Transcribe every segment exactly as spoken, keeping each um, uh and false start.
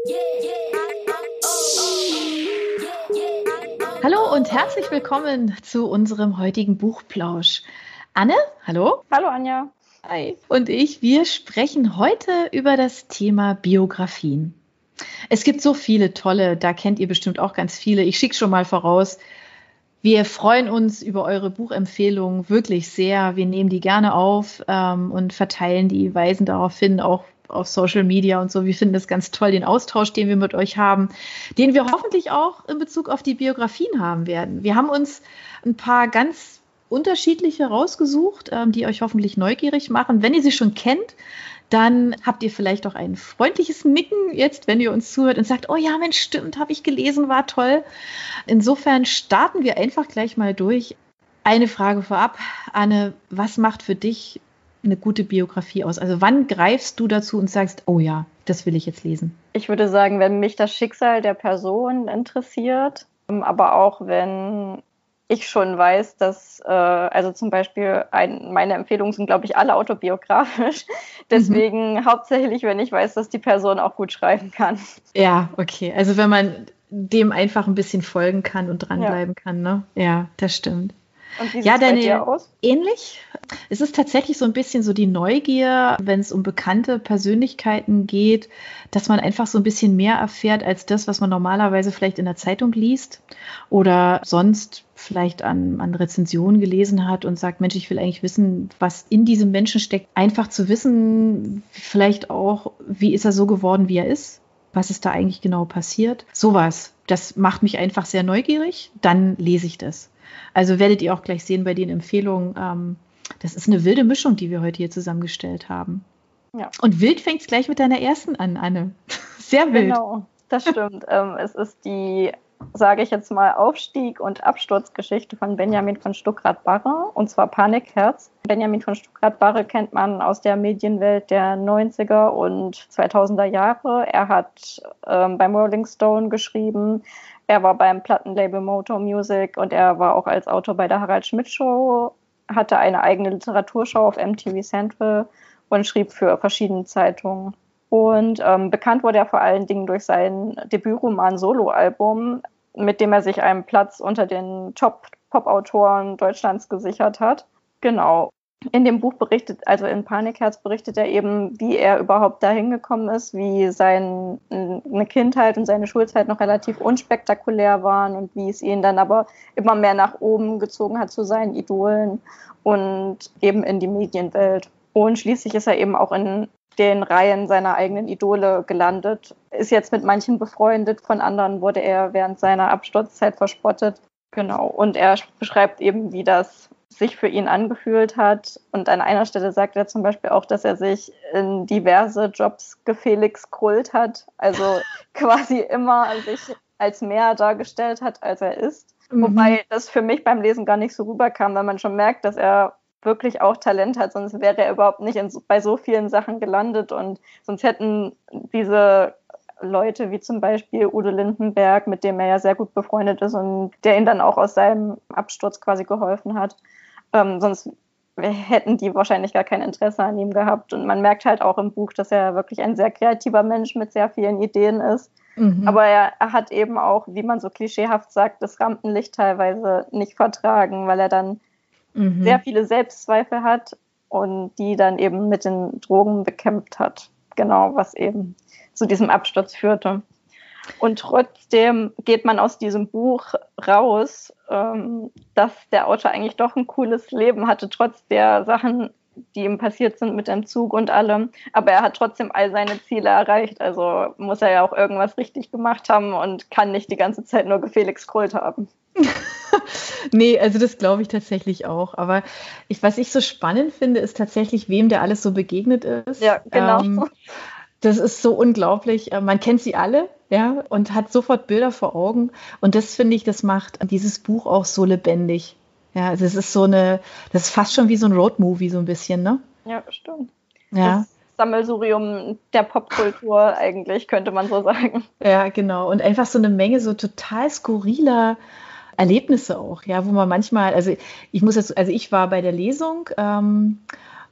Hallo und herzlich willkommen zu unserem heutigen Buchplausch. Anne, hallo. Hallo Anja. Hi. Und ich, wir sprechen heute über das Thema Biografien. Es gibt so viele tolle, da kennt ihr bestimmt auch ganz viele. Ich schicke schon mal voraus, wir freuen uns über eure Buchempfehlungen wirklich sehr. Wir nehmen die gerne auf ähm, und verteilen die, weisen darauf hin, auch auf Social Media und so. Wir finden es ganz toll, den Austausch, den wir mit euch haben, den wir hoffentlich auch in Bezug auf die Biografien haben werden. Wir haben uns ein paar ganz unterschiedliche rausgesucht, ähm, die euch hoffentlich neugierig machen. Wenn ihr sie schon kennt, dann habt ihr vielleicht auch ein freundliches Nicken jetzt, wenn ihr uns zuhört und sagt, oh ja, Mensch, stimmt, habe ich gelesen, war toll. Insofern starten wir einfach gleich mal durch. Eine Frage vorab, Anne, was macht für dich eine gute Biografie aus? Also wann greifst du dazu und sagst, oh ja, das will ich jetzt lesen? Ich würde sagen, wenn mich das Schicksal der Person interessiert, aber auch wenn ich schon weiß, dass, äh, also zum Beispiel ein, meine Empfehlungen sind, glaube ich, alle autobiografisch. Deswegen mhm. hauptsächlich, wenn ich weiß, dass die Person auch gut schreiben kann. Ja, okay. Also wenn man dem einfach ein bisschen folgen kann und dranbleiben ja. kann, ne? Ja, das stimmt. Und wie sieht ja, es deine, bei dir aus? Ähnlich. Es ist tatsächlich so ein bisschen so die Neugier, wenn es um bekannte Persönlichkeiten geht, dass man einfach so ein bisschen mehr erfährt als das, was man normalerweise vielleicht in der Zeitung liest oder sonst vielleicht an, an Rezensionen gelesen hat und sagt, Mensch, ich will eigentlich wissen, was in diesem Menschen steckt. Einfach zu wissen, vielleicht auch, wie ist er so geworden, wie er ist? Was ist da eigentlich genau passiert? Sowas. Das macht mich einfach sehr neugierig. Dann lese ich das. Also werdet ihr auch gleich sehen bei den Empfehlungen. Ähm, das ist eine wilde Mischung, die wir heute hier zusammengestellt haben. Ja. Und wild fängt es gleich mit deiner ersten an, Anne. Sehr wild. Genau, das stimmt. ähm, es ist die, sage ich jetzt mal, Aufstieg- und Absturzgeschichte von Benjamin von Stuckrad-Barre, und zwar Panikherz. Benjamin von Stuckrad-Barre kennt man aus der Medienwelt der neunziger und zweitausender Jahre. Er hat ähm, beim Rolling Stone geschrieben. Er war beim Plattenlabel Moto Music und er war auch als Autor bei der Harald Schmidt Show, hatte eine eigene Literaturshow auf M T V Central und schrieb für verschiedene Zeitungen. Und ähm, bekannt wurde er vor allen Dingen durch sein Debütroman Soloalbum, mit dem er sich einen Platz unter den Top-Pop-Autoren Deutschlands gesichert hat. Genau. In dem Buch berichtet, also in Panikherz berichtet er eben, wie er überhaupt dahin gekommen ist, wie seine Kindheit und seine Schulzeit noch relativ unspektakulär waren und wie es ihn dann aber immer mehr nach oben gezogen hat zu seinen Idolen und eben in die Medienwelt. Und schließlich ist er eben auch in den Reihen seiner eigenen Idole gelandet, ist jetzt mit manchen befreundet, von anderen wurde er während seiner Absturzzeit verspottet. Genau. Und er beschreibt eben, wie das sich für ihn angefühlt hat. Und an einer Stelle sagt er zum Beispiel auch, dass er sich in diverse Jobs gefelixt-krullt hat. Also quasi immer sich als mehr dargestellt hat, als er ist. Mhm. Wobei das für mich beim Lesen gar nicht so rüberkam, weil man schon merkt, dass er wirklich auch Talent hat, sonst wäre er überhaupt nicht in, bei so vielen Sachen gelandet und sonst hätten diese Leute wie zum Beispiel Udo Lindenberg, mit dem er ja sehr gut befreundet ist und der ihm dann auch aus seinem Absturz quasi geholfen hat, ähm, sonst hätten die wahrscheinlich gar kein Interesse an ihm gehabt. Und man merkt halt auch im Buch, dass er wirklich ein sehr kreativer Mensch mit sehr vielen Ideen ist. Mhm. Aber er, er hat eben auch, wie man so klischeehaft sagt, das Rampenlicht teilweise nicht vertragen, weil er dann mhm. sehr viele Selbstzweifel hat und die dann eben mit den Drogen bekämpft hat. Genau, was eben zu diesem Absturz führte. Und trotzdem geht man aus diesem Buch raus, ähm, dass der Autor eigentlich doch ein cooles Leben hatte, trotz der Sachen, die ihm passiert sind mit dem Zug und allem. Aber er hat trotzdem all seine Ziele erreicht. Also muss er ja auch irgendwas richtig gemacht haben und kann nicht die ganze Zeit nur gefelixt-krullt haben. Nee, also das glaube ich tatsächlich auch. Aber ich, was ich so spannend finde, ist tatsächlich, wem der alles so begegnet ist. Ja, genau. Ähm, Das ist so unglaublich. Man kennt sie alle, ja, und hat sofort Bilder vor Augen. Und das finde ich, das macht dieses Buch auch so lebendig. Ja, also es ist so eine, das ist fast schon wie so ein Roadmovie so ein bisschen, ne? Ja, stimmt. Ja. Das Sammelsurium der Popkultur eigentlich, könnte man so sagen. Ja, genau. Und einfach so eine Menge so total skurriler Erlebnisse auch, ja, wo man manchmal, also ich muss jetzt, also ich war bei der Lesung, ähm,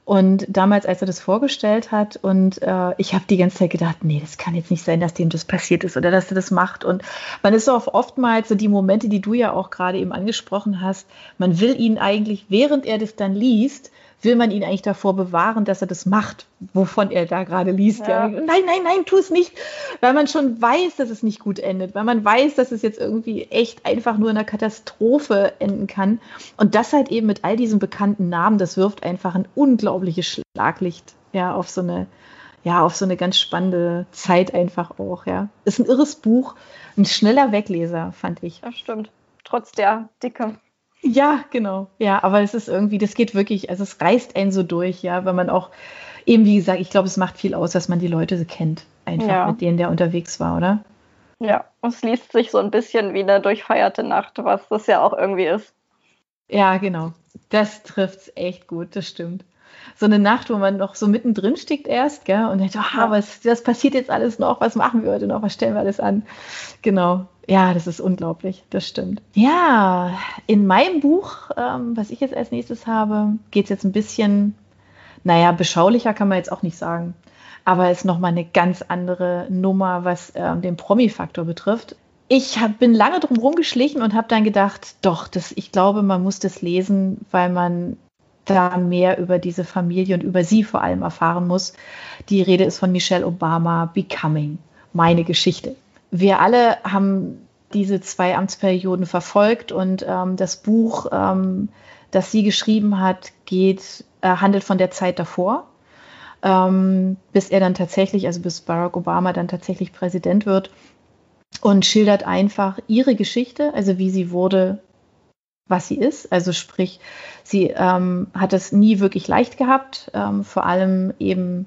Und damals, als er das vorgestellt hat, und äh, ich habe die ganze Zeit gedacht, nee, das kann jetzt nicht sein, dass dem das passiert ist oder dass er das macht. Und man ist so auf oftmals so die Momente, die du ja auch gerade eben angesprochen hast, man will ihn eigentlich, während er das dann liest, will man ihn eigentlich davor bewahren, dass er das macht, wovon er da gerade liest. Ja. Ja. Nein, nein, nein, tu es nicht, weil man schon weiß, dass es nicht gut endet, weil man weiß, dass es jetzt irgendwie echt einfach nur in einer Katastrophe enden kann. Und das halt eben mit all diesen bekannten Namen, das wirft einfach ein unglaubliches Schlaglicht, ja, auf so eine, ja, auf so eine ganz spannende Zeit einfach auch, ja. Ist ein irres Buch, ein schneller Wegleser, fand ich. Das stimmt, trotz der Dicke. Ja, genau. Ja, aber es ist irgendwie, das geht wirklich, also es reißt einen so durch, ja, weil man auch eben, wie gesagt, ich glaube, es macht viel aus, dass man die Leute kennt, einfach ja. mit denen der unterwegs war, oder? Ja, es liest sich so ein bisschen wie eine durchfeierte Nacht, was das ja auch irgendwie ist. Ja, genau. Das trifft's echt gut, das stimmt. So eine Nacht, wo man noch so mittendrin steckt erst, gell, und denkt, ah, ja. was, was passiert jetzt alles noch, was machen wir heute noch, was stellen wir alles an? Genau. Ja, das ist unglaublich, das stimmt. Ja, in meinem Buch, ähm, was ich jetzt als nächstes habe, geht es jetzt ein bisschen, naja, beschaulicher kann man jetzt auch nicht sagen, aber ist nochmal eine ganz andere Nummer, was ähm, den Promi-Faktor betrifft. Ich hab, bin lange drum rumgeschlichen und habe dann gedacht, doch, das, ich glaube, man muss das lesen, weil man da mehr über diese Familie und über sie vor allem erfahren muss. Die Rede ist von Michelle Obama, Becoming, meine Geschichte. Wir alle haben diese zwei Amtsperioden verfolgt und ähm, das Buch, ähm, das sie geschrieben hat, geht, äh, handelt von der Zeit davor, ähm, bis er dann tatsächlich, also bis Barack Obama dann tatsächlich Präsident wird, und schildert einfach ihre Geschichte, also wie sie wurde, was sie ist. Also sprich, sie ähm, hat es nie wirklich leicht gehabt, ähm, vor allem eben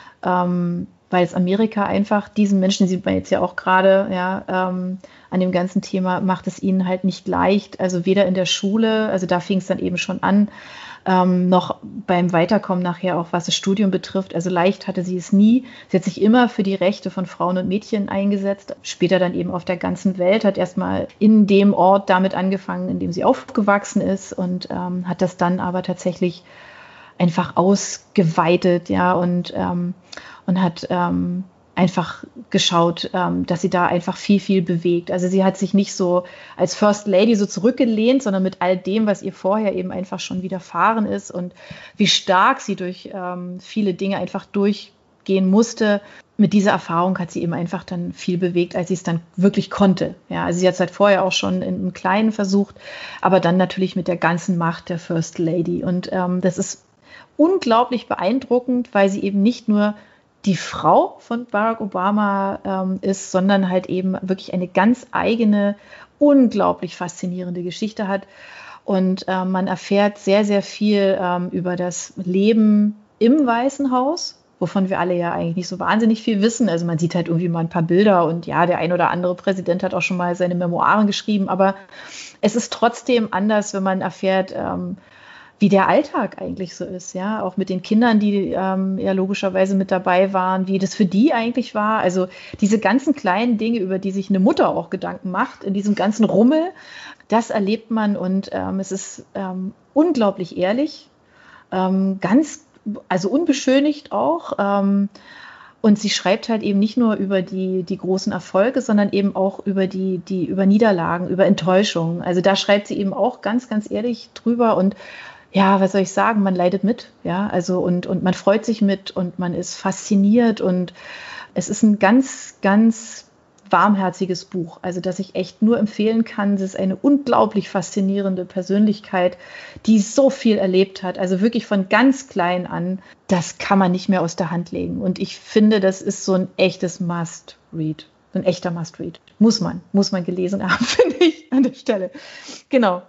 ähm, weil es Amerika einfach diesen Menschen, sieht man jetzt ja auch gerade, ja, ähm, an dem ganzen Thema, macht es ihnen halt nicht leicht, also weder in der Schule, also da fing es dann eben schon an, ähm, noch beim Weiterkommen nachher auch, was das Studium betrifft, also leicht hatte sie es nie. Sie hat sich immer für die Rechte von Frauen und Mädchen eingesetzt, später dann eben auf der ganzen Welt, hat erstmal in dem Ort damit angefangen, in dem sie aufgewachsen ist und ähm, hat das dann aber tatsächlich einfach ausgeweitet, ja, und, ähm, und hat ähm, einfach geschaut, ähm, dass sie da einfach viel, viel bewegt. Also sie hat sich nicht so als First Lady so zurückgelehnt, sondern mit all dem, was ihr vorher eben einfach schon widerfahren ist und wie stark sie durch ähm, viele Dinge einfach durchgehen musste. Mit dieser Erfahrung hat sie eben einfach dann viel bewegt, als sie es dann wirklich konnte. Ja, also sie hat es halt vorher auch schon in einem Kleinen versucht, aber dann natürlich mit der ganzen Macht der First Lady. Und ähm, das ist unglaublich beeindruckend, weil sie eben nicht nur die Frau von Barack Obama ähm, ist, sondern halt eben wirklich eine ganz eigene, unglaublich faszinierende Geschichte hat. Und äh, man erfährt sehr, sehr viel ähm, über das Leben im Weißen Haus, wovon wir alle ja eigentlich nicht so wahnsinnig viel wissen. Also man sieht halt irgendwie mal ein paar Bilder und ja, der ein oder andere Präsident hat auch schon mal seine Memoiren geschrieben, aber es ist trotzdem anders, wenn man erfährt, ähm, wie der Alltag eigentlich so ist, ja, auch mit den Kindern, die ähm, ja logischerweise mit dabei waren, wie das für die eigentlich war. Also diese ganzen kleinen Dinge, über die sich eine Mutter auch Gedanken macht, in diesem ganzen Rummel, das erlebt man und ähm, es ist ähm, unglaublich ehrlich, ähm, ganz, also unbeschönigt auch. Ähm, und sie schreibt halt eben nicht nur über die, die großen Erfolge, sondern eben auch über die, die, über Niederlagen, über Enttäuschungen. Also da schreibt sie eben auch ganz, ganz ehrlich drüber und ja, was soll ich sagen, man leidet mit, ja, also und, und man freut sich mit und man ist fasziniert und es ist ein ganz, ganz warmherziges Buch, also das ich echt nur empfehlen kann. Es ist eine unglaublich faszinierende Persönlichkeit, die so viel erlebt hat, also wirklich von ganz klein an, das kann man nicht mehr aus der Hand legen und ich finde, das ist so ein echtes Must-Read, so ein echter Must-Read, muss man, muss man gelesen haben, finde ich, an der Stelle, genau.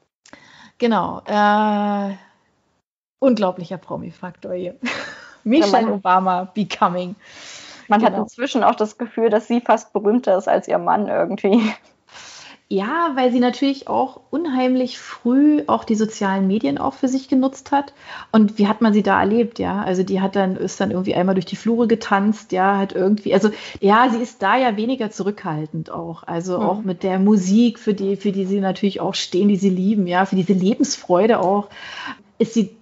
Genau, äh, unglaublicher Promi-Faktor hier. Michelle ja, Obama, Becoming. Man genau. hat inzwischen auch das Gefühl, dass sie fast berühmter ist als ihr Mann irgendwie. Ja, weil sie natürlich auch unheimlich früh auch die sozialen Medien auch für sich genutzt hat. Und wie hat man sie da erlebt, ja? Also die hat dann, ist dann irgendwie einmal durch die Flure getanzt, ja, hat irgendwie, also ja, sie ist da ja weniger zurückhaltend auch. Also mhm. auch mit der Musik, für die, für die sie natürlich auch stehen, die sie lieben, ja, für diese Lebensfreude auch, ist sie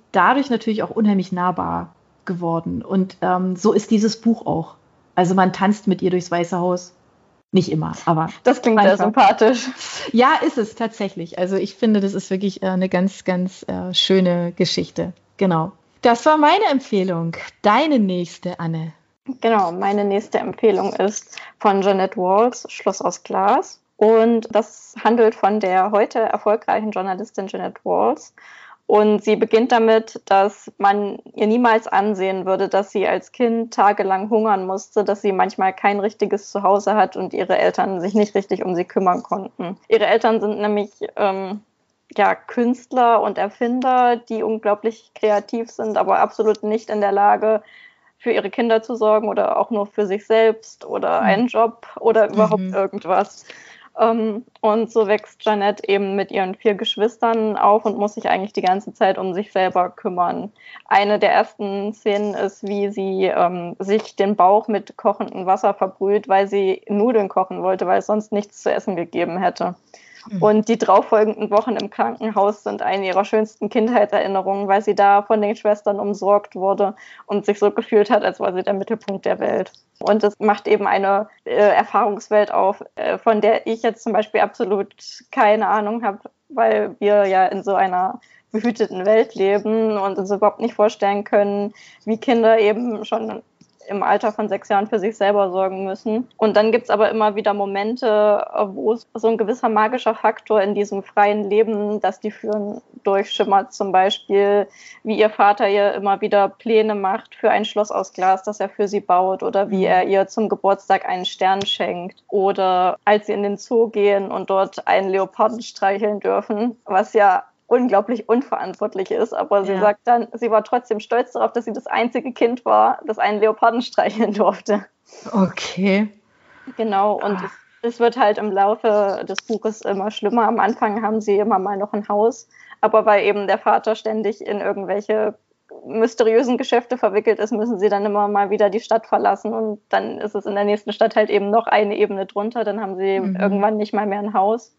dadurch natürlich auch unheimlich nahbar geworden. Und ähm, so ist dieses Buch auch. Also man tanzt mit ihr durchs Weiße Haus. Nicht immer, aber das klingt manchmal. Sehr sympathisch. Ja, ist es tatsächlich. Also ich finde, das ist wirklich äh, eine ganz, ganz äh, schöne Geschichte. Genau. Das war meine Empfehlung. Deine nächste, Anne. Genau, meine nächste Empfehlung ist von Jeanette Walls, Schloss aus Glas. Und das handelt von der heute erfolgreichen Journalistin Jeanette Walls. Und sie beginnt damit, dass man ihr niemals ansehen würde, dass sie als Kind tagelang hungern musste, dass sie manchmal kein richtiges Zuhause hat und ihre Eltern sich nicht richtig um sie kümmern konnten. Ihre Eltern sind nämlich ähm, ja, Künstler und Erfinder, die unglaublich kreativ sind, aber absolut nicht in der Lage, für ihre Kinder zu sorgen oder auch nur für sich selbst oder einen Job oder überhaupt mhm. irgendwas. Um, und so wächst Jeanette eben mit ihren vier Geschwistern auf und muss sich eigentlich die ganze Zeit um sich selber kümmern. Eine der ersten Szenen ist, wie sie ähm, sich den Bauch mit kochendem Wasser verbrüht, weil sie Nudeln kochen wollte, weil es sonst nichts zu essen gegeben hätte. Mhm. Und die darauffolgenden Wochen im Krankenhaus sind eine ihrer schönsten Kindheitserinnerungen, weil sie da von den Schwestern umsorgt wurde und sich so gefühlt hat, als war sie der Mittelpunkt der Welt. Und es macht eben eine äh, Erfahrungswelt auf, äh, von der ich jetzt zum Beispiel absolut keine Ahnung habe, weil wir ja in so einer behüteten Welt leben und uns überhaupt nicht vorstellen können, wie Kinder eben schon im Alter von sechs Jahren für sich selber sorgen müssen. Und dann gibt es aber immer wieder Momente, wo so ein gewisser magischer Faktor in diesem freien Leben, das die führen, durchschimmert. Zum Beispiel, wie ihr Vater ihr immer wieder Pläne macht für ein Schloss aus Glas, das er für sie baut, oder wie er ihr zum Geburtstag einen Stern schenkt. Oder als sie in den Zoo gehen und dort einen Leoparden streicheln dürfen, was ja unglaublich unverantwortlich ist, aber sie ja. sagt dann, sie war trotzdem stolz darauf, dass sie das einzige Kind war, das einen Leoparden streicheln durfte. Okay. Genau, und es, es wird halt im Laufe des Buches immer schlimmer. Am Anfang haben sie immer mal noch ein Haus, aber weil eben der Vater ständig in irgendwelche mysteriösen Geschäfte verwickelt ist, müssen sie dann immer mal wieder die Stadt verlassen und dann ist es in der nächsten Stadt halt eben noch eine Ebene drunter, dann haben sie mhm. irgendwann nicht mal mehr ein Haus.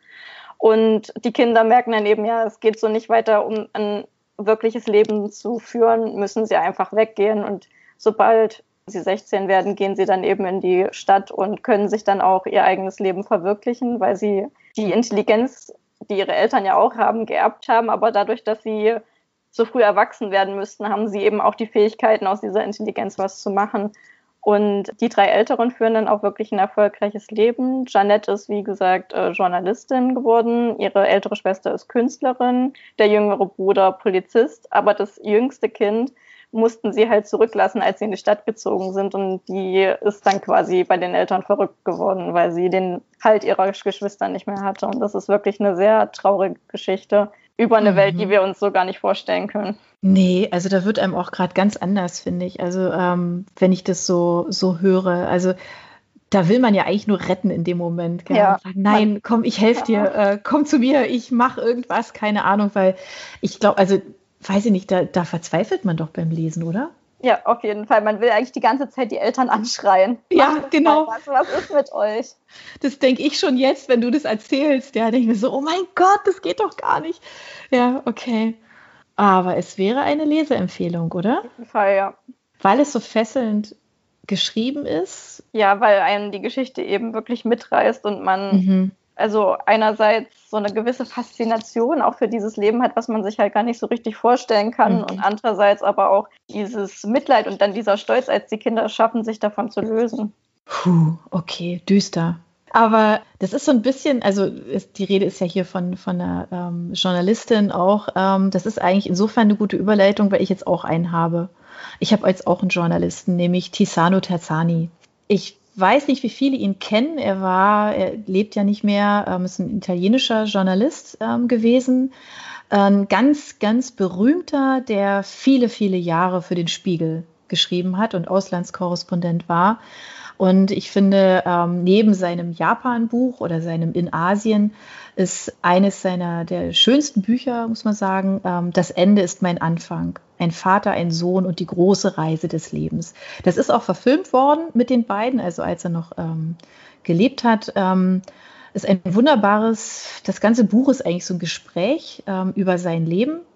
Und die Kinder merken dann eben, ja, es geht so nicht weiter, um ein wirkliches Leben zu führen, müssen sie einfach weggehen. Und sobald sie sechzehn werden, gehen sie dann eben in die Stadt und können sich dann auch ihr eigenes Leben verwirklichen, weil sie die Intelligenz, die ihre Eltern ja auch haben, geerbt haben. Aber dadurch, dass sie so früh erwachsen werden müssten, haben sie eben auch die Fähigkeiten, aus dieser Intelligenz was zu machen. Und die drei Älteren führen dann auch wirklich ein erfolgreiches Leben. Jeanette ist, wie gesagt, Journalistin geworden. Ihre ältere Schwester ist Künstlerin, der jüngere Bruder Polizist. Aber das jüngste Kind mussten sie halt zurücklassen, als sie in die Stadt gezogen sind. Und die ist dann quasi bei den Eltern verrückt geworden, weil sie den Halt ihrer Geschwister nicht mehr hatte. Und das ist wirklich eine sehr traurige Geschichte über eine mhm. Welt, die wir uns so gar nicht vorstellen können. Nee, also da wird einem auch gerade ganz anders, finde ich. Also ähm, wenn ich das so, so höre, also da will man ja eigentlich nur retten in dem Moment. Gell? Ja. Und sagen, nein, man, komm, ich helfe ja. dir, äh, komm zu mir, ich mache irgendwas, keine Ahnung, weil ich glaube, also weiß ich nicht, da, da verzweifelt man doch beim Lesen, oder? Ja, auf jeden Fall. Man will eigentlich die ganze Zeit die Eltern anschreien. Ja, genau. Was, was ist mit euch? Das denke ich schon jetzt, wenn du das erzählst. Ja, denke ich mir so, oh mein Gott, das geht doch gar nicht. Ja, okay. Aber es wäre eine Leseempfehlung, oder? Auf jeden Fall, ja. Weil es so fesselnd geschrieben ist? Ja, weil einen die Geschichte eben wirklich mitreißt und man Mhm. also einerseits so eine gewisse Faszination auch für dieses Leben hat, was man sich halt gar nicht so richtig vorstellen kann, mhm. und andererseits aber auch dieses Mitleid und dann dieser Stolz, als die Kinder es schaffen, sich davon zu lösen. Puh, okay, düster. Aber das ist so ein bisschen, also ist, die Rede ist ja hier von, von einer ähm, Journalistin auch. Ähm, das ist eigentlich insofern eine gute Überleitung, weil ich jetzt auch einen habe. Ich habe jetzt auch einen Journalisten, nämlich Tisano Terzani. Ich weiß nicht, wie viele ihn kennen. Er war, er lebt ja nicht mehr, ähm, ist ein italienischer Journalist ähm, gewesen. Ein ganz, ganz berühmter, der viele, viele Jahre für den Spiegel geschrieben hat und Auslandskorrespondent war. Und ich finde, ähm, neben seinem Japan-Buch oder seinem In Asien ist eines seiner der schönsten Bücher, muss man sagen, ähm, Das Ende ist mein Anfang. Ein Vater, ein Sohn und die große Reise des Lebens. Das ist auch verfilmt worden mit den beiden, also als er noch ähm, gelebt hat. Ähm, ist ein wunderbares, das ganze Buch ist eigentlich so ein Gespräch ähm, über sein Leben,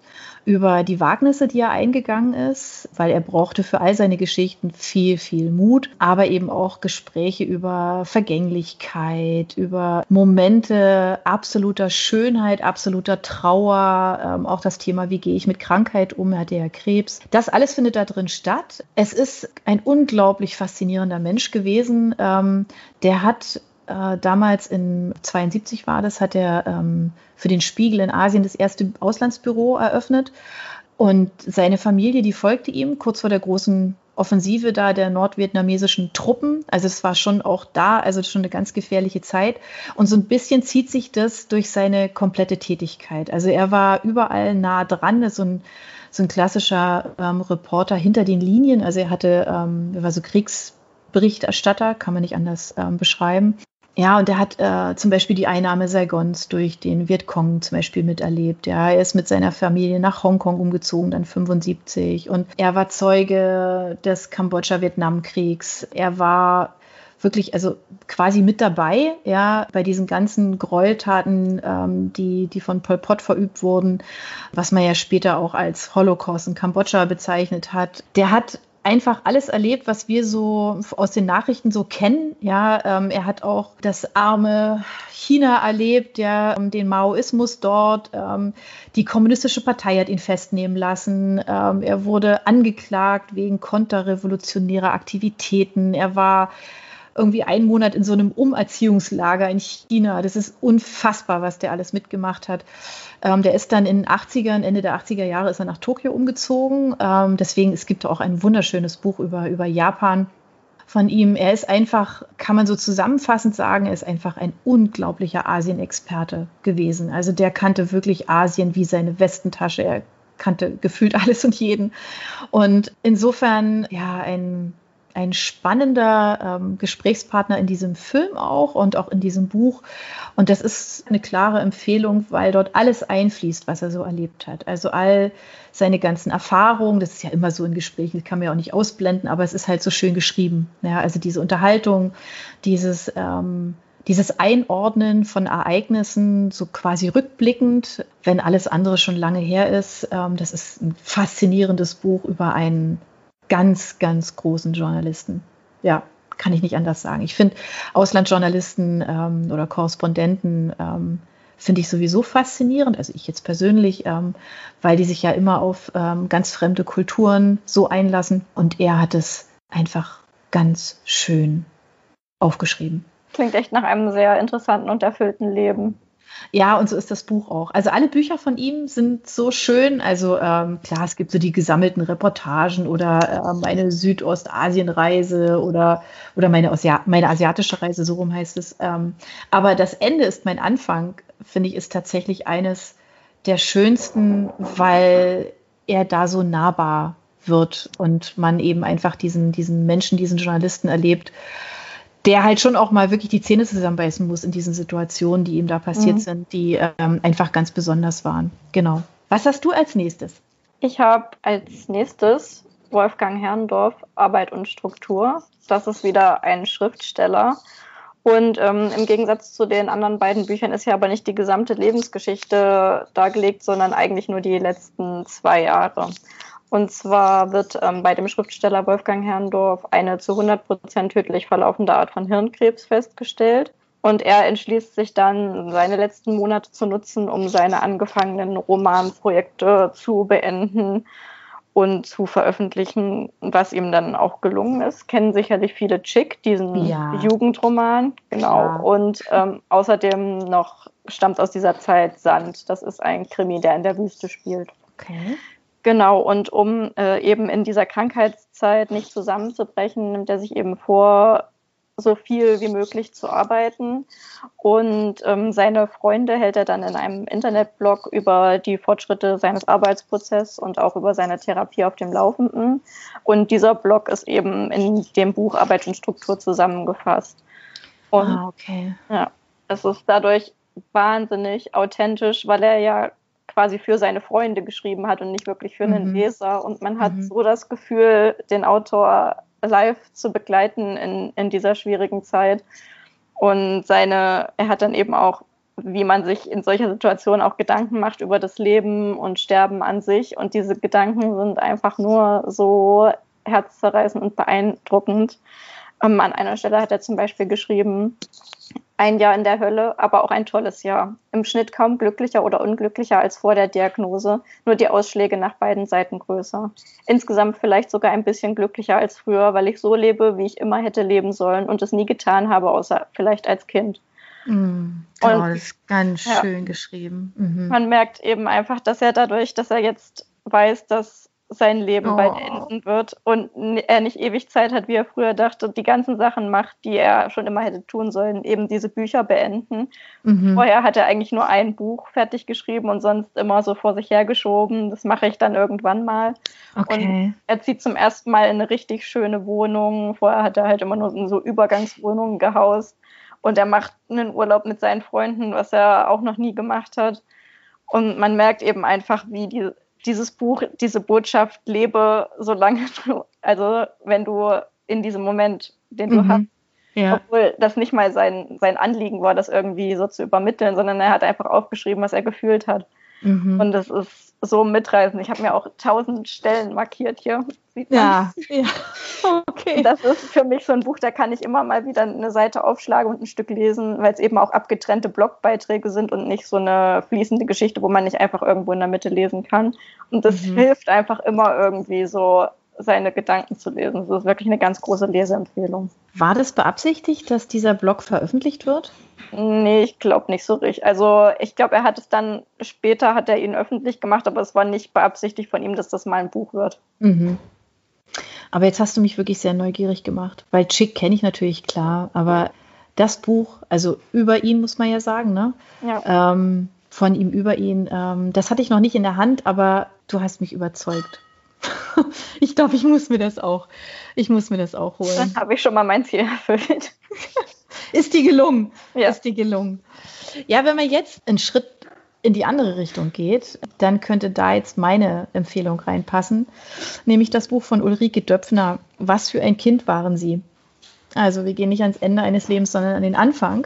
über die Wagnisse, die er eingegangen ist, weil er brauchte für all seine Geschichten viel, viel Mut, aber eben auch Gespräche über Vergänglichkeit, über Momente absoluter Schönheit, absoluter Trauer, ähm, auch das Thema, wie gehe ich mit Krankheit um, er hatte ja Krebs. Das alles findet da drin statt. Es ist ein unglaublich faszinierender Mensch gewesen. Ähm, der hat äh, damals in zweiundsiebzig war das, hat er ähm, für den Spiegel in Asien das erste Auslandsbüro eröffnet. Und seine Familie, die folgte ihm kurz vor der großen Offensive da der nordvietnamesischen Truppen. Also es war schon auch da, also schon eine ganz gefährliche Zeit. Und so ein bisschen zieht sich das durch seine komplette Tätigkeit. Also er war überall nah dran, ist so ein, so ein klassischer ähm, Reporter hinter den Linien. Also er hatte, ähm, er war so Kriegsberichterstatter, kann man nicht anders ähm, beschreiben. Ja, und er hat äh, zum Beispiel die Einnahme Saigons durch den Vietcong zum Beispiel miterlebt. Ja, er ist mit seiner Familie nach Hongkong umgezogen, dann fünfundsiebzig. Und er war Zeuge des Kambodscha-Vietnam-Kriegs. Er war wirklich, also quasi mit dabei, ja, bei diesen ganzen Gräueltaten, ähm, die, die von Pol Pot verübt wurden, was man ja später auch als Holocaust in Kambodscha bezeichnet hat. Der hat einfach alles erlebt, was wir so aus den Nachrichten so kennen. Ja, ähm, er hat auch das arme China erlebt, ja, ähm, den Maoismus dort. Ähm, die kommunistische Partei hat ihn festnehmen lassen. Ähm, er wurde angeklagt wegen konterrevolutionärer Aktivitäten. Er war irgendwie einen Monat in so einem Umerziehungslager in China. Das ist unfassbar, was der alles mitgemacht hat. Ähm, der ist dann in den achtzigern, Ende der achtziger Jahre ist er nach Tokio umgezogen. Ähm, deswegen, es gibt auch ein wunderschönes Buch über, über Japan von ihm. Er ist einfach, kann man so zusammenfassend sagen, er ist einfach ein unglaublicher Asien-Experte gewesen. Also der kannte wirklich Asien wie seine Westentasche. Er kannte gefühlt alles und jeden. Und insofern, ja, ein ein spannender ähm, Gesprächspartner in diesem Film auch und auch in diesem Buch. Und das ist eine klare Empfehlung, weil dort alles einfließt, was er so erlebt hat. Also all seine ganzen Erfahrungen, das ist ja immer so in Gesprächen, das kann man ja auch nicht ausblenden, aber es ist halt so schön geschrieben. Ja, also diese Unterhaltung, dieses, ähm, dieses Einordnen von Ereignissen, so quasi rückblickend, wenn alles andere schon lange her ist. Ähm, das ist ein faszinierendes Buch über einen ganz, ganz großen Journalisten. Ja, kann ich nicht anders sagen. Ich finde Auslandsjournalisten ähm, oder Korrespondenten ähm, finde ich sowieso faszinierend. Also ich jetzt persönlich, ähm, weil die sich ja immer auf ähm, ganz fremde Kulturen so einlassen. Und er hat es einfach ganz schön aufgeschrieben. Klingt echt nach einem sehr interessanten und erfüllten Leben. Ja, und so ist das Buch auch. Also alle Bücher von ihm sind so schön. Also ähm, klar, es gibt so die gesammelten Reportagen oder äh, meine Südostasien-Reise oder, oder meine, Osia- meine asiatische Reise, so rum heißt es. Ähm, aber das Ende ist mein Anfang, finde ich, ist tatsächlich eines der schönsten, weil er da so nahbar wird und man eben einfach diesen, diesen Menschen, diesen Journalisten erlebt, der halt schon auch mal wirklich die Zähne zusammenbeißen muss in diesen Situationen, die ihm da passiert mhm. sind, die ähm, einfach ganz besonders waren. Genau. Was hast du als nächstes? Ich habe als nächstes Wolfgang Herrndorf, Arbeit und Struktur. Das ist wieder ein Schriftsteller. Und ähm, im Gegensatz zu den anderen beiden Büchern ist ja aber nicht die gesamte Lebensgeschichte dargelegt, sondern eigentlich nur die letzten zwei Jahre. Und zwar wird ähm, bei dem Schriftsteller Wolfgang Herrndorf eine zu hundert Prozent tödlich verlaufende Art von Hirnkrebs festgestellt. Und er entschließt sich dann, seine letzten Monate zu nutzen, um seine angefangenen Romanprojekte zu beenden und zu veröffentlichen, was ihm dann auch gelungen ist. Kennen sicherlich viele Chick, diesen ja. Jugendroman. Genau. Ja. Und ähm, außerdem noch stammt aus dieser Zeit Sand. Das ist ein Krimi, der in der Wüste spielt. Okay. Genau, und um äh, eben in dieser Krankheitszeit nicht zusammenzubrechen, nimmt er sich eben vor, so viel wie möglich zu arbeiten. Und ähm, seine Freunde hält er dann in einem Internetblog über die Fortschritte seines Arbeitsprozesses und auch über seine Therapie auf dem Laufenden. Und dieser Blog ist eben in dem Buch Arbeit und Struktur zusammengefasst. Und ah, okay. ja, es ist dadurch wahnsinnig authentisch, weil er ja quasi für seine Freunde geschrieben hat und nicht wirklich für einen mhm. Leser. Und man hat mhm. so das Gefühl, den Autor live zu begleiten in, in dieser schwierigen Zeit. Und seine, er hat dann eben auch wie man sich in solcher Situation auch Gedanken macht über das Leben und Sterben an sich. Und diese Gedanken sind einfach nur so herzzerreißend und beeindruckend. Ähm, an einer Stelle hat er zum Beispiel geschrieben, ein Jahr in der Hölle, aber auch ein tolles Jahr. Im Schnitt kaum glücklicher oder unglücklicher als vor der Diagnose, nur die Ausschläge nach beiden Seiten größer. Insgesamt vielleicht sogar ein bisschen glücklicher als früher, weil ich so lebe, wie ich immer hätte leben sollen und es nie getan habe, außer vielleicht als Kind. Mm, oh, und, das ist ganz ja, schön geschrieben. Mhm. Man merkt eben einfach, dass er dadurch, dass er jetzt weiß, dass sein Leben oh. bald enden wird und er nicht ewig Zeit hat, wie er früher dachte, die ganzen Sachen macht, die er schon immer hätte tun sollen, eben diese Bücher beenden. Mhm. Vorher hat er eigentlich nur ein Buch fertig geschrieben und sonst immer so vor sich hergeschoben. Das mache ich dann irgendwann mal. Okay. Und er zieht zum ersten Mal in eine richtig schöne Wohnung. Vorher hat er halt immer nur in so Übergangswohnungen gehaust. Und er macht einen Urlaub mit seinen Freunden, was er auch noch nie gemacht hat. Und man merkt eben einfach, wie die dieses Buch, diese Botschaft, lebe, solange du, also wenn du in diesem Moment, den du mhm. hast, ja. obwohl das nicht mal sein, sein Anliegen war, das irgendwie so zu übermitteln, sondern er hat einfach aufgeschrieben, was er gefühlt hat. Mhm. Und das ist so mitreißend. Ich habe mir auch tausend Stellen markiert hier. Sieht man. Ja, ja. Okay. Das ist für mich so ein Buch, da kann ich immer mal wieder eine Seite aufschlagen und ein Stück lesen, weil es eben auch abgetrennte Blogbeiträge sind und nicht so eine fließende Geschichte, wo man nicht einfach irgendwo in der Mitte lesen kann. Und das mhm. hilft einfach immer irgendwie so, seine Gedanken zu lesen. Das ist wirklich eine ganz große Leseempfehlung. War das beabsichtigt, dass dieser Blog veröffentlicht wird? Nee, ich glaube nicht so richtig. Also ich glaube, er hat es dann, später hat er ihn öffentlich gemacht, aber es war nicht beabsichtigt von ihm, dass das mal ein Buch wird. Mhm. Aber jetzt hast du mich wirklich sehr neugierig gemacht, weil Chick kenne ich natürlich, klar, aber das Buch, also über ihn muss man ja sagen, ne? Ja. Ähm, von ihm über ihn, ähm, das hatte ich noch nicht in der Hand, aber du hast mich überzeugt. Ich glaube, ich muss mir das auch, ich muss mir das auch holen. Dann habe ich schon mal mein Ziel erfüllt. Ist die gelungen? Ja. Ist die gelungen? Ja, wenn man jetzt einen Schritt in die andere Richtung geht, dann könnte da jetzt meine Empfehlung reinpassen, nämlich das Buch von Ulrike Döpfner, Was für ein Kind waren Sie? Also wir gehen nicht ans Ende eines Lebens, sondern an den Anfang.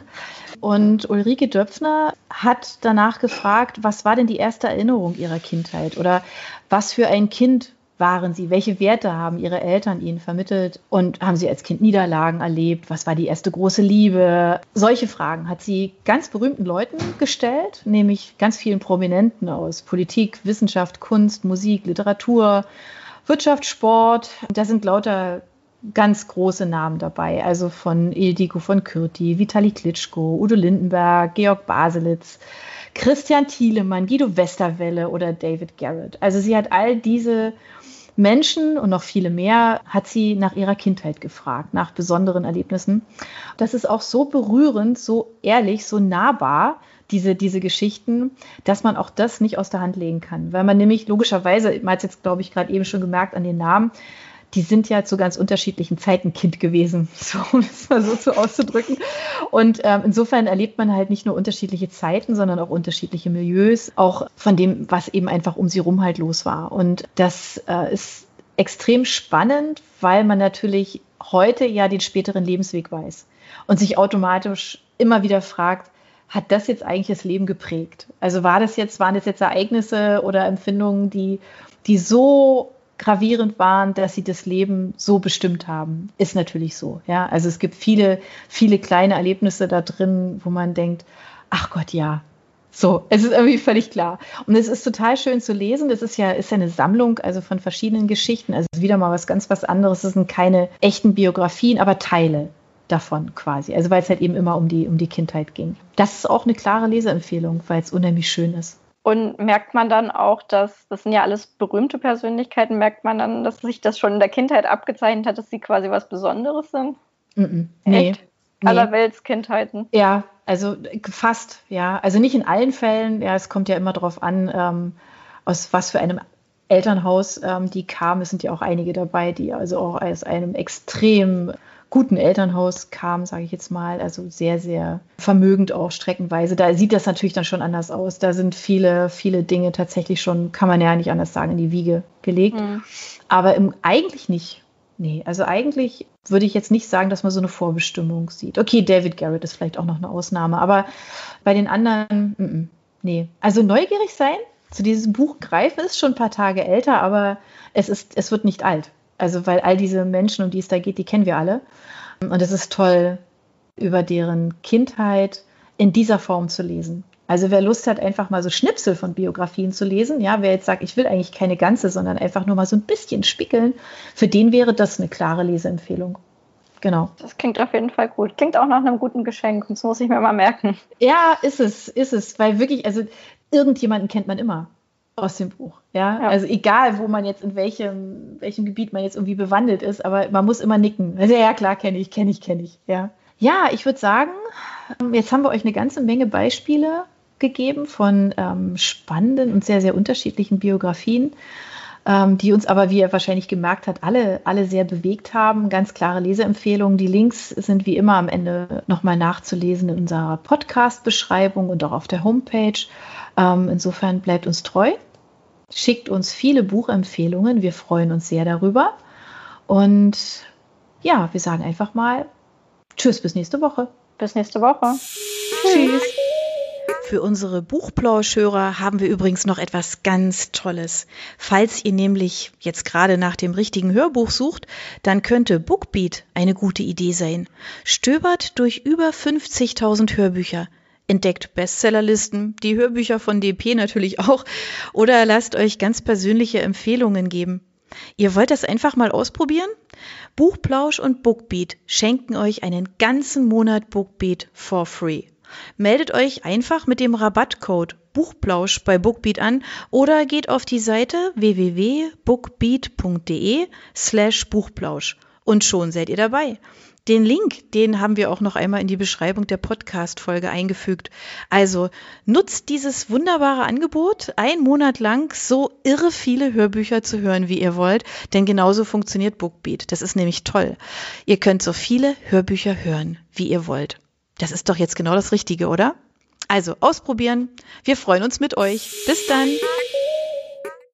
Und Ulrike Döpfner hat danach gefragt, was war denn die erste Erinnerung ihrer Kindheit? Oder was für ein Kind waren Sie? Welche Werte haben Ihre Eltern Ihnen vermittelt? Und haben Sie als Kind Niederlagen erlebt? Was war die erste große Liebe? Solche Fragen hat sie ganz berühmten Leuten gestellt, nämlich ganz vielen Prominenten aus Politik, Wissenschaft, Kunst, Musik, Literatur, Wirtschaft, Sport. Da sind lauter ganz große Namen dabei, also von Ildiko von Kürti, Vitali Klitschko, Udo Lindenberg, Georg Baselitz, Christian Thielemann, Guido Westerwelle oder David Garrett. Also sie hat all diese Menschen und noch viele mehr, hat sie nach ihrer Kindheit gefragt, nach besonderen Erlebnissen. Das ist auch so berührend, so ehrlich, so nahbar, diese, diese Geschichten, dass man auch das nicht aus der Hand legen kann. Weil man nämlich logischerweise, man hat es jetzt, glaube ich, gerade eben schon gemerkt an den Namen, die sind ja zu ganz unterschiedlichen Zeiten Kind gewesen, so, um es mal so zu auszudrücken. Und ähm, insofern erlebt man halt nicht nur unterschiedliche Zeiten, sondern auch unterschiedliche Milieus, auch von dem, was eben einfach um sie rum halt los war. Und das äh, ist extrem spannend, weil man natürlich heute ja den späteren Lebensweg weiß und sich automatisch immer wieder fragt, hat das jetzt eigentlich das Leben geprägt? Also war das jetzt, waren das jetzt Ereignisse oder Empfindungen, die, die so gravierend waren, dass sie das Leben so bestimmt haben, ist natürlich so. Ja, also es gibt viele, viele kleine Erlebnisse da drin, wo man denkt, ach Gott, ja, so, es ist irgendwie völlig klar. Und es ist total schön zu lesen. Das ist ja, ist ja eine Sammlung, also von verschiedenen Geschichten. Also es ist wieder mal was ganz was anderes. Es sind keine echten Biografien, aber Teile davon quasi. Also weil es halt eben immer um die, um die Kindheit ging. Das ist auch eine klare Leseempfehlung, weil es unheimlich schön ist. Und merkt man dann auch, dass, das sind ja alles berühmte Persönlichkeiten, merkt man dann, dass sich das schon in der Kindheit abgezeichnet hat, dass sie quasi was Besonderes sind? Mm-mm. Nee. Echt? Nee. Allerweltskindheiten? Ja, also fast, ja. Also nicht in allen Fällen, ja, es kommt ja immer darauf an, ähm, aus was für einem Elternhaus ähm, die kamen. Es sind ja auch einige dabei, die also auch aus einem extrem guten Elternhaus kamen, sage ich jetzt mal, also sehr, sehr vermögend auch streckenweise. Da sieht das natürlich dann schon anders aus. Da sind viele, viele Dinge tatsächlich schon, kann man ja nicht anders sagen, in die Wiege gelegt. Mhm. Aber im, eigentlich nicht. nee. Also eigentlich würde ich jetzt nicht sagen, dass man so eine Vorbestimmung sieht. Okay, David Garrett ist vielleicht auch noch eine Ausnahme, aber bei den anderen, m-m, nee. Also neugierig sein, zu diesem Buch greifen, ist schon ein paar Tage älter, aber es ist, es wird nicht alt. Also weil all diese Menschen, um die es da geht, die kennen wir alle. Und es ist toll, über deren Kindheit in dieser Form zu lesen. Also wer Lust hat, einfach mal so Schnipsel von Biografien zu lesen, ja, wer jetzt sagt, ich will eigentlich keine ganze, sondern einfach nur mal so ein bisschen spickeln, für den wäre das eine klare Leseempfehlung. Genau. Das klingt auf jeden Fall gut. Klingt auch nach einem guten Geschenk. Das muss ich mir mal merken. Ja, ist es, ist es. Weil wirklich, also irgendjemanden kennt man immer aus dem Buch. Ja? Ja. Also egal, wo man jetzt, in welchem, welchem Gebiet man jetzt irgendwie bewandelt ist, aber man muss immer nicken. Also ja, klar, kenne ich, kenne ich, kenne ich. Ja, ja, ich würde sagen, jetzt haben wir euch eine ganze Menge Beispiele gegeben von ähm, spannenden und sehr, sehr unterschiedlichen Biografien, ähm, die uns aber, wie ihr wahrscheinlich gemerkt habt, alle, alle sehr bewegt haben. Ganz klare Leseempfehlungen. Die Links sind wie immer am Ende nochmal nachzulesen in unserer Podcast-Beschreibung und auch auf der Homepage. Ähm, insofern bleibt uns treu. Schickt uns viele Buchempfehlungen. Wir freuen uns sehr darüber. Und ja, wir sagen einfach mal Tschüss, bis nächste Woche. Bis nächste Woche. Tschüss. Für unsere Buchplauschhörer haben wir übrigens noch etwas ganz Tolles. Falls ihr nämlich jetzt gerade nach dem richtigen Hörbuch sucht, dann könnte Bookbeat eine gute Idee sein. Stöbert durch über fünfzigtausend Hörbücher. Entdeckt Bestsellerlisten, die Hörbücher von D P natürlich auch, oder lasst euch ganz persönliche Empfehlungen geben. Ihr wollt das einfach mal ausprobieren? Buchplausch und Bookbeat schenken euch einen ganzen Monat Bookbeat for free. Meldet euch einfach mit dem Rabattcode Buchplausch bei Bookbeat an oder geht auf die Seite w w w punkt bookbeat punkt de slash Buchplausch und schon seid ihr dabei. Den Link, den haben wir auch noch einmal in die Beschreibung der Podcast-Folge eingefügt. Also nutzt dieses wunderbare Angebot, einen Monat lang so irre viele Hörbücher zu hören, wie ihr wollt, denn genauso funktioniert Bookbeat. Das ist nämlich toll. Ihr könnt so viele Hörbücher hören, wie ihr wollt. Das ist doch jetzt genau das Richtige, oder? Also ausprobieren. Wir freuen uns mit euch. Bis dann.